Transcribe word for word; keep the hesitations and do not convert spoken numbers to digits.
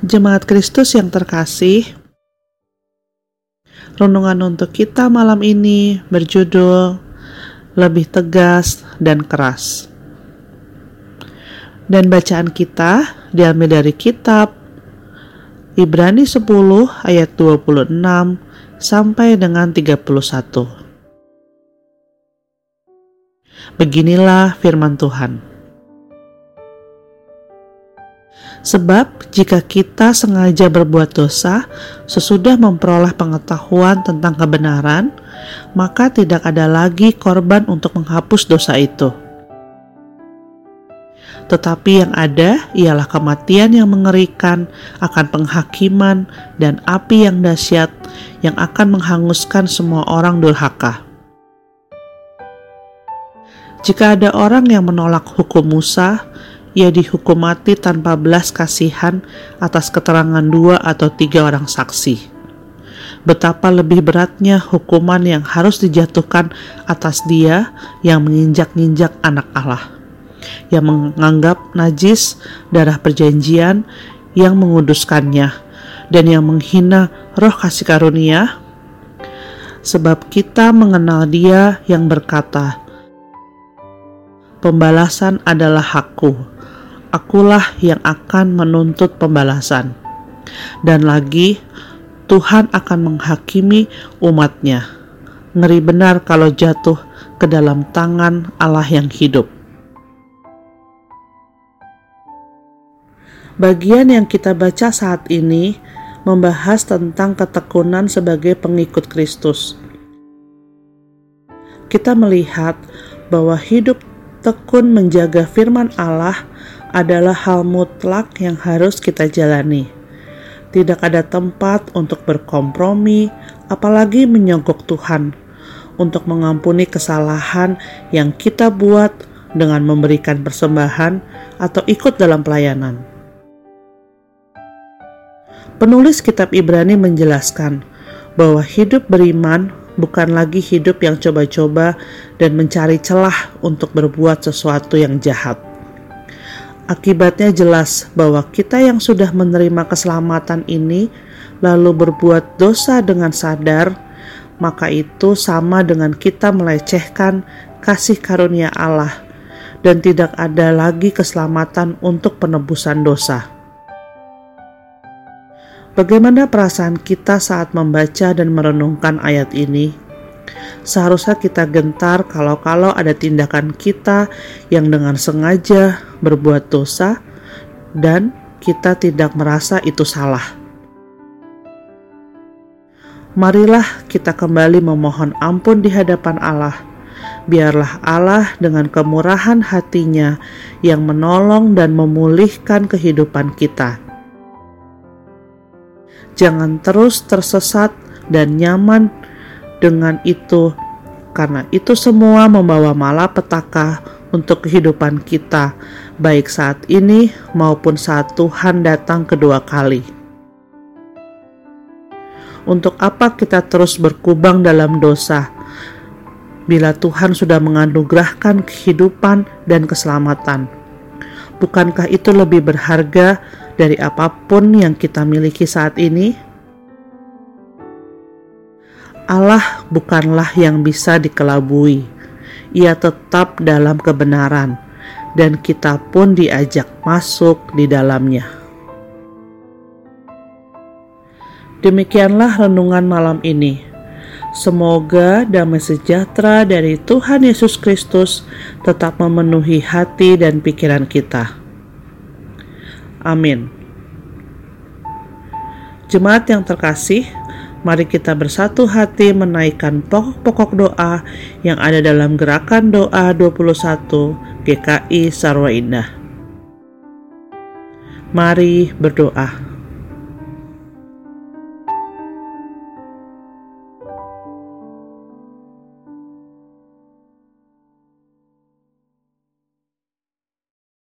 Jemaat Kristus yang terkasih, renungan untuk kita malam ini berjudul Lebih Tegas dan Keras. Dan bacaan kita diambil dari kitab Ibrani sepuluh ayat dua puluh enam sampai dengan tiga puluh satu. Beginilah firman Tuhan. Sebab jika kita sengaja berbuat dosa sesudah memperoleh pengetahuan tentang kebenaran, maka tidak ada lagi korban untuk menghapus dosa itu. Tetapi yang ada ialah kematian yang mengerikan akan penghakiman dan api yang dahsyat yang akan menghanguskan semua orang durhaka. Jika ada orang yang menolak hukum Musa, ia dihukum mati tanpa belas kasihan atas keterangan dua atau tiga orang saksi. Betapa lebih beratnya hukuman yang harus dijatuhkan atas dia yang menginjak-injak anak Allah, yang menganggap najis darah perjanjian yang menguduskannya, dan yang menghina roh kasih karunia. Sebab kita mengenal Dia yang berkata, "Pembalasan adalah hakku, akulah yang akan menuntut pembalasan." Dan lagi, Tuhan akan menghakimi umat-Nya. Ngeri benar kalau jatuh ke dalam tangan Allah yang hidup. Bagian yang kita baca saat ini membahas tentang ketekunan sebagai pengikut Kristus. Kita melihat bahwa hidup tekun menjaga firman Allah adalah hal mutlak yang harus kita jalani. Tidak ada tempat untuk berkompromi, apalagi menyogok Tuhan, untuk mengampuni kesalahan yang kita buat dengan memberikan persembahan atau ikut dalam pelayanan. Penulis kitab Ibrani menjelaskan bahwa hidup beriman bukan lagi hidup yang coba-coba dan mencari celah untuk berbuat sesuatu yang jahat. Akibatnya jelas bahwa kita yang sudah menerima keselamatan ini lalu berbuat dosa dengan sadar, maka itu sama dengan kita melecehkan kasih karunia Allah dan tidak ada lagi keselamatan untuk penebusan dosa. Bagaimana perasaan kita saat membaca dan merenungkan ayat ini? Seharusnya kita gentar kalau-kalau ada tindakan kita yang dengan sengaja berbuat dosa dan kita tidak merasa itu salah. Marilah kita kembali memohon ampun di hadapan Allah. Biarlah Allah dengan kemurahan hati-Nya yang menolong dan memulihkan kehidupan kita. Jangan terus tersesat dan nyaman dengan itu, karena itu semua membawa malapetaka untuk kehidupan kita, baik saat ini maupun saat Tuhan datang kedua kali. Untuk apa kita terus berkubang dalam dosa, bila Tuhan sudah menganugerahkan kehidupan dan keselamatan? Bukankah itu lebih berharga dari apapun yang kita miliki saat ini? Allah bukanlah yang bisa dikelabui. Ia tetap dalam kebenaran, dan kita pun diajak masuk di dalamnya. Demikianlah renungan malam ini. Semoga damai sejahtera dari Tuhan Yesus Kristus tetap memenuhi hati dan pikiran kita. Amin. Jemaat yang terkasih, mari kita bersatu hati menaikkan pokok-pokok doa yang ada dalam gerakan doa dua puluh satu G K I Sarwa Indah. Mari berdoa.